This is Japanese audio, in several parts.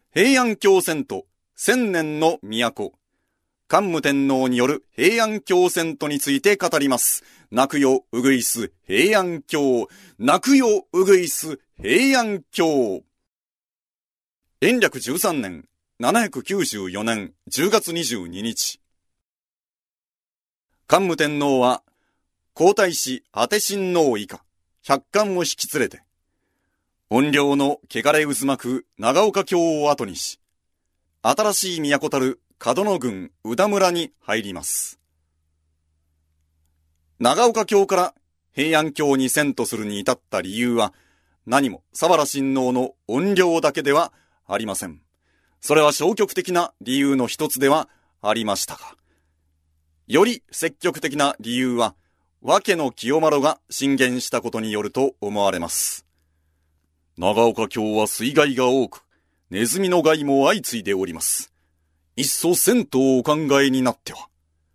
平安京遷都千年の都、桓武天皇による平安京遷都について語ります。泣くようぐいす平安京、泣くようぐいす平安京。延暦13年794年10月22日。桓武天皇は皇太子当親王以下100貫を引き連れて、怨霊の汚れ渦巻く長岡京を後にし、新しい都たる門野郡宇田村に入ります。長岡京から平安京に遷都するに至った理由は、何も佐原親王の怨霊だけではありません。それは消極的な理由の一つではありましたが、より積極的な理由は、訳の清麿が進言したことによると思われます。長岡京は水害が多く、ネズミの害も相次いでおります。いっそ遷都をお考えになっては。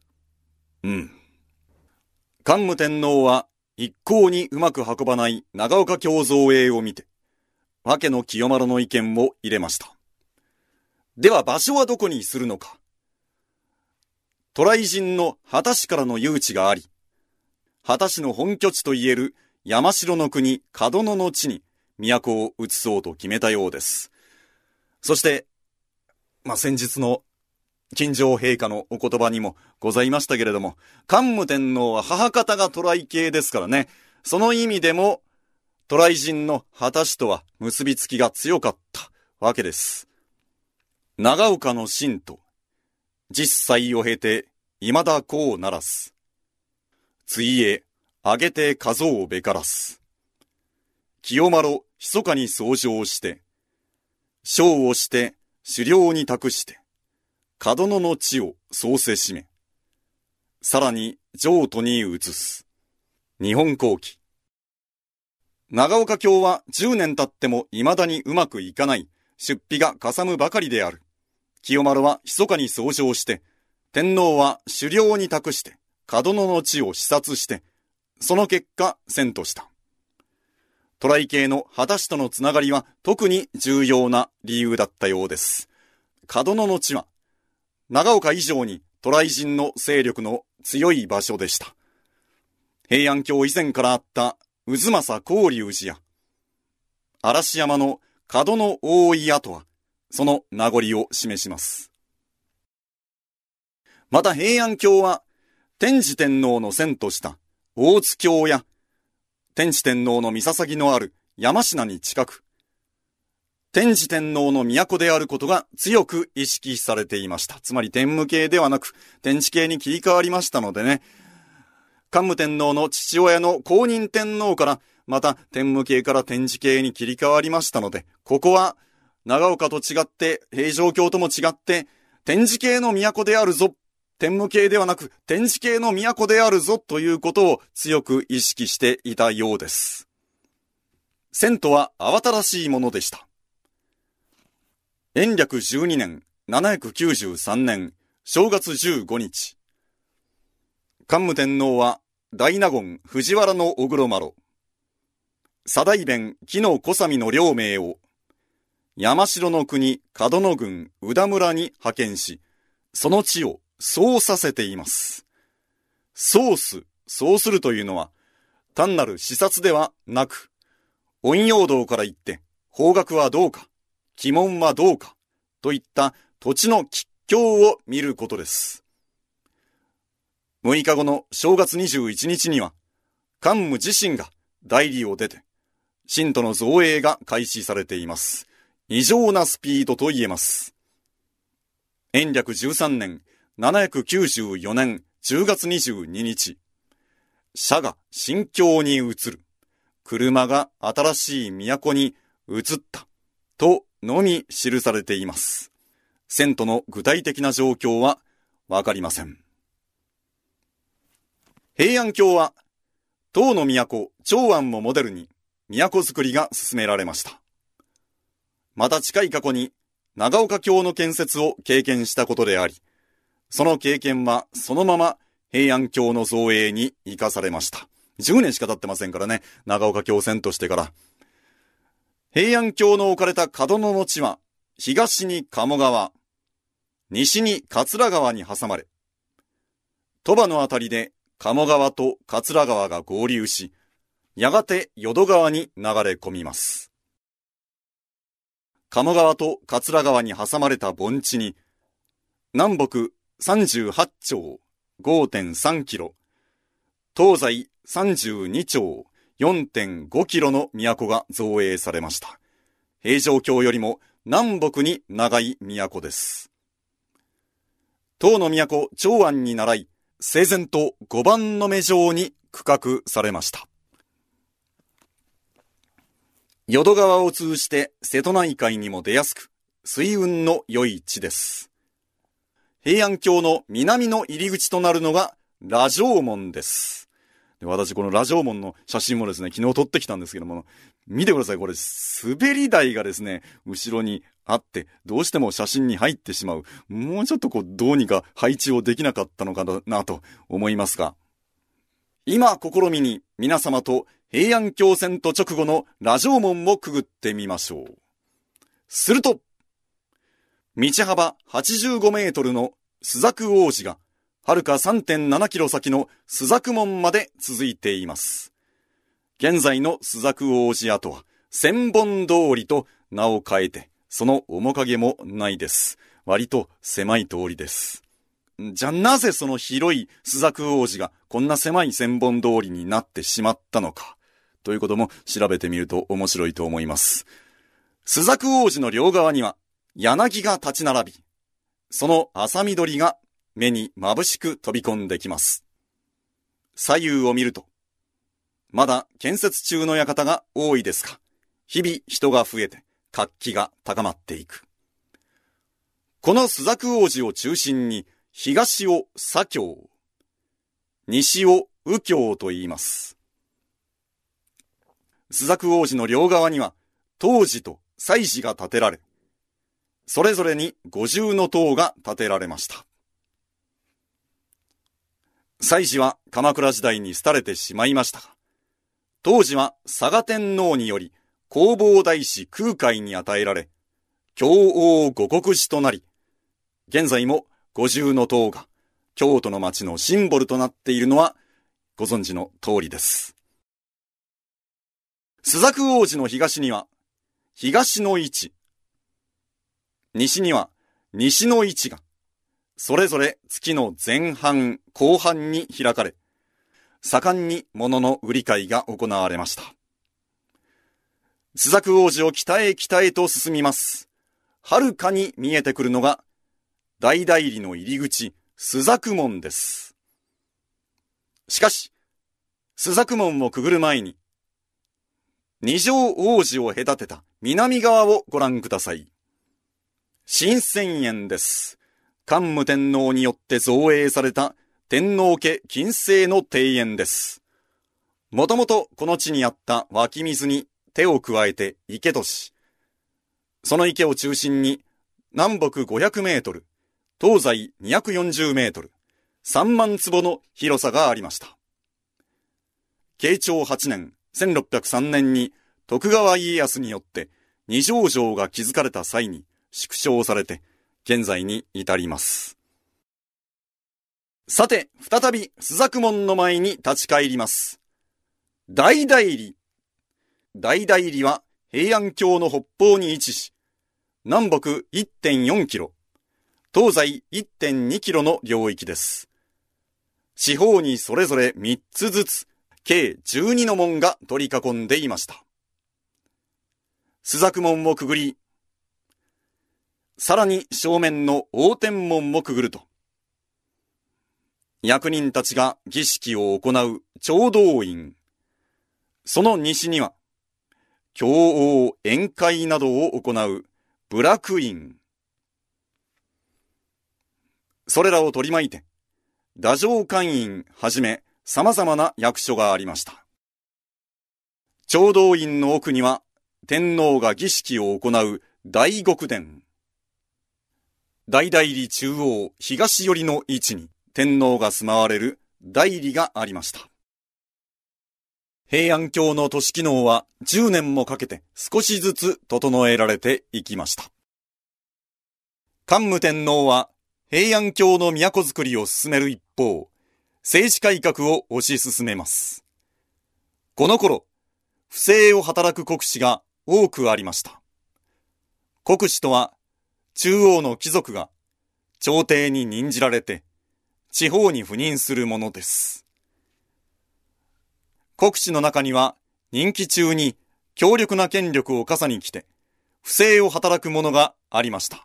桓武天皇は一向にうまく運ばない長岡京造営を見て、訳の清麿の意見を入れました。では場所はどこにするのか。渡来人の秦氏からの誘致があり、秦氏の本拠地といえる山城の国門野の地に都を移そうと決めたようです。そして、先日の金城陛下のお言葉にもございましたけれども、桓武天皇は母方が渡来系ですからね、その意味でも渡来人の秦氏とは結びつきが強かったわけです。長岡の臣と10歳を経て未だ子をならす。ついえあげて数をべからす。清麿密かに奏上して、将をして狩猟に託して、門野の地をそうせしめ、さらに譲渡に移す。日本後期。長岡京は10年経っても未だにうまくいかない、出費がかさむばかりである。清麿は密かに奏上して、天皇は狩猟に託して、門野の地を視察して、その結果遷都した。渡来系の秦氏とのつながりは特に重要な理由だったようです。門野の地は、長岡以上に渡来人の勢力の強い場所でした。平安京以前からあった渦政興隆寺や、嵐山の門野大井跡は、その名残を示します。また平安京は、天智天皇の遷都した大津京や、天智天皇の御捧のある山科に近く、天智天皇の都であることが強く意識されていました。つまり天武系ではなく天智系に切り替わりましたのでね、桓武天皇の父親の弘仁天皇からまた天武系から天智系に切り替わりましたので、ここは長岡と違って平城京とも違って天智系の都であるぞ、天武系ではなく天智系の都であるぞということを強く意識していたようです。遷都は慌ただしいものでした。延暦12年793年正月15日、桓武天皇は大納言藤原の小黒麻呂、左大弁紀の小佐美の両名を山城の国門野郡宇田村に派遣し、その地をそうさせています。そうするというのは単なる視察ではなく、陰陽道から言って方角はどうか、鬼門はどうかといった土地の吉凶を見ることです。6日後の正月21日には、桓武自身が代理を出て、信徒の造営が開始されています。異常なスピードと言えます。延暦13年794年10月22日、車が新京に移る。車が新しい都に移ったとのみ記されています。遷都の具体的な状況はわかりません。平安京は唐の都長安をモデルに都づくりが進められました。また近い過去に長岡京の建設を経験したことであり、その経験はそのまま平安京の造営に生かされました。10年しか経ってませんからね、長岡京遷都してから。平安京の置かれた門野の地は東に鴨川、西に桂川に挟まれ、鳥羽のあたりで鴨川と桂川が合流し、やがて淀川に流れ込みます。鴨川と桂川に挟まれた盆地に、南北38町 5.3 キロ、東西32町 4.5 キロの都が造営されました。平城京よりも南北に長い都です。唐の都長安に倣い、整然と5番の目状に区画されました。淀川を通じて瀬戸内海にも出やすく、水運の良い地です。平安京の南の入り口となるのが羅城門です。で、私この羅城門の写真もですね、昨日撮ってきたんですけども、見てください。これ滑り台がですね、後ろにあって、どうしても写真に入ってしまう。もうちょっとどうにか配置をできなかったのかなと思いますが、今試みに皆様と平安京遷都直後の羅城門をくぐってみましょう。すると、道幅85メートルの朱雀大路が、はるか 3.7 キロ先の朱雀門まで続いています。現在の朱雀大路跡は千本通りと名を変えて、その面影もないです。割と狭い通りです。じゃあなぜその広い朱雀大路がこんな狭い千本通りになってしまったのか、ということも調べてみると面白いと思います。朱雀大路の両側には柳が立ち並び、その朝緑が目に眩しく飛び込んできます。左右を見ると、まだ建設中の館が多いですが、日々人が増えて活気が高まっていく。この朱雀大路を中心に、東を左京、西を右京と言います。朱雀大路の両側には、東寺と西寺が建てられ、それぞれに50の塔が建てられました。西寺は鎌倉時代に廃れてしまいましたが、当時は嵯峨天皇により弘法大師空海に与えられ、教王護国寺となり、現在も50の塔が京都の町のシンボルとなっているのはご存知の通りです。朱雀大路の東には東の位置、西には西の位置が、それぞれ月の前半後半に開かれ、盛んに物の売り買いが行われました。朱雀大路を北へ北へと進みます。はるかに見えてくるのが、大内裏の入り口、朱雀門です。しかし、朱雀門をくぐる前に、二条大路を隔てた南側をご覧ください。神泉苑です。桓武天皇によって造営された天皇家近世の庭園です。もともとこの地にあった湧き水に手を加えて池とし、その池を中心に南北500メートル、東西240メートル、3万坪の広さがありました。慶長8年、1603年に徳川家康によって二条城が築かれた際に縮小されて、現在に至ります。さて、再び朱雀門の前に立ち返ります。大内裏。大内裏は平安京の北方に位置し、南北 1.4 キロ、東西 1.2 キロの領域です。四方にそれぞれ3つずつ、計12の門が取り囲んでいました。朱雀門をくぐり、さらに正面の応天門をくぐると、役人たちが儀式を行う長道院、その西には、経王宴会などを行う部落院、それらを取り巻いて、太政官院はじめ様々な役所がありました。長道院の奥には、天皇が儀式を行う大極殿、大内裏中央東寄りの位置に天皇が住まわれる大裏がありました。平安京の都市機能は10年もかけて少しずつ整えられていきました。 桓武天皇は平安京の都づくりを進める一方、政治改革を推し進めます。この頃、不正を働く国司が多くありました。国司とは、中央の貴族が朝廷に任じられて、地方に赴任するものです。国司の中には、任期中に強力な権力を笠に着て、不正を働く者がありました。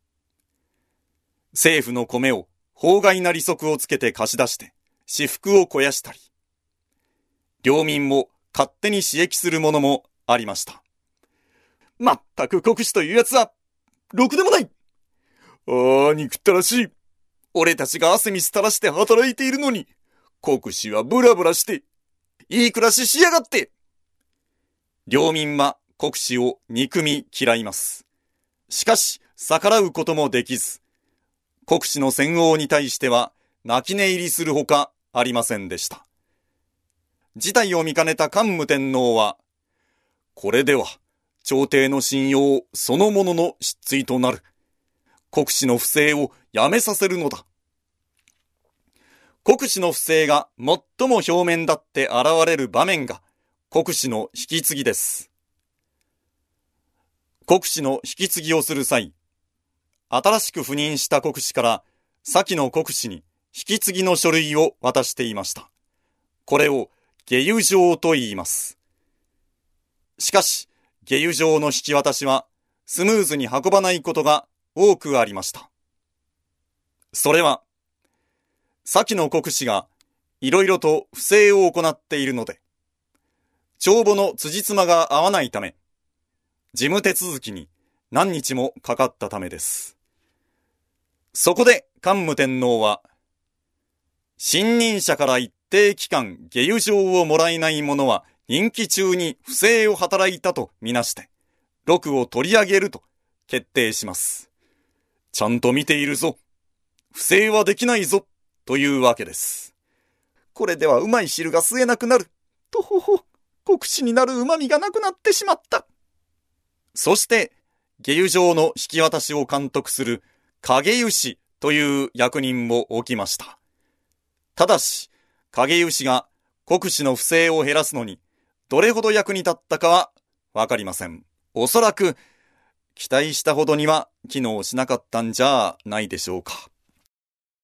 政府の米を法外な利息をつけて貸し出して、私腹を肥やしたり、領民も勝手に私益するものもありました。まったく国司というやつは、ろくでもない。憎ったらしい。俺たちが汗水垂らして働いているのに、国司はブラブラして、いい暮らししやがって。領民は国司を憎み嫌います。しかし、逆らうこともできず、国司の専横に対しては、泣き寝入りするほかありませんでした。事態を見かねた桓武天皇は、これでは、朝廷の信用そのものの失墜となる。国司の不正をやめさせるのだ。国司の不正が最も表面立って現れる場面が国司の引き継ぎです。国司の引き継ぎをする際、新しく赴任した国司から先の国司に引き継ぎの書類を渡していました。これを下諭状と言います。しかし、下諭状の引き渡しはスムーズに運ばないことが多くありました。それは、先の国司がいろいろと不正を行っているので、帳簿の辻褄が合わないため、事務手続きに何日もかかったためです。そこで桓武天皇は、信任者から一定期間下諭状をもらえない者は任期中に不正を働いたとみなして、禄を取り上げると決定します。ちゃんと見ているぞ。不正はできないぞ。というわけです。これではうまい汁が吸えなくなる。とほほ、国司になる旨味がなくなってしまった。そして、下諭状の引き渡しを監督する影諭使という役人も置きました。ただし、影諭使が国司の不正を減らすのにどれほど役に立ったかはわかりません。おそらく期待したほどには機能しなかったんじゃないでしょうか。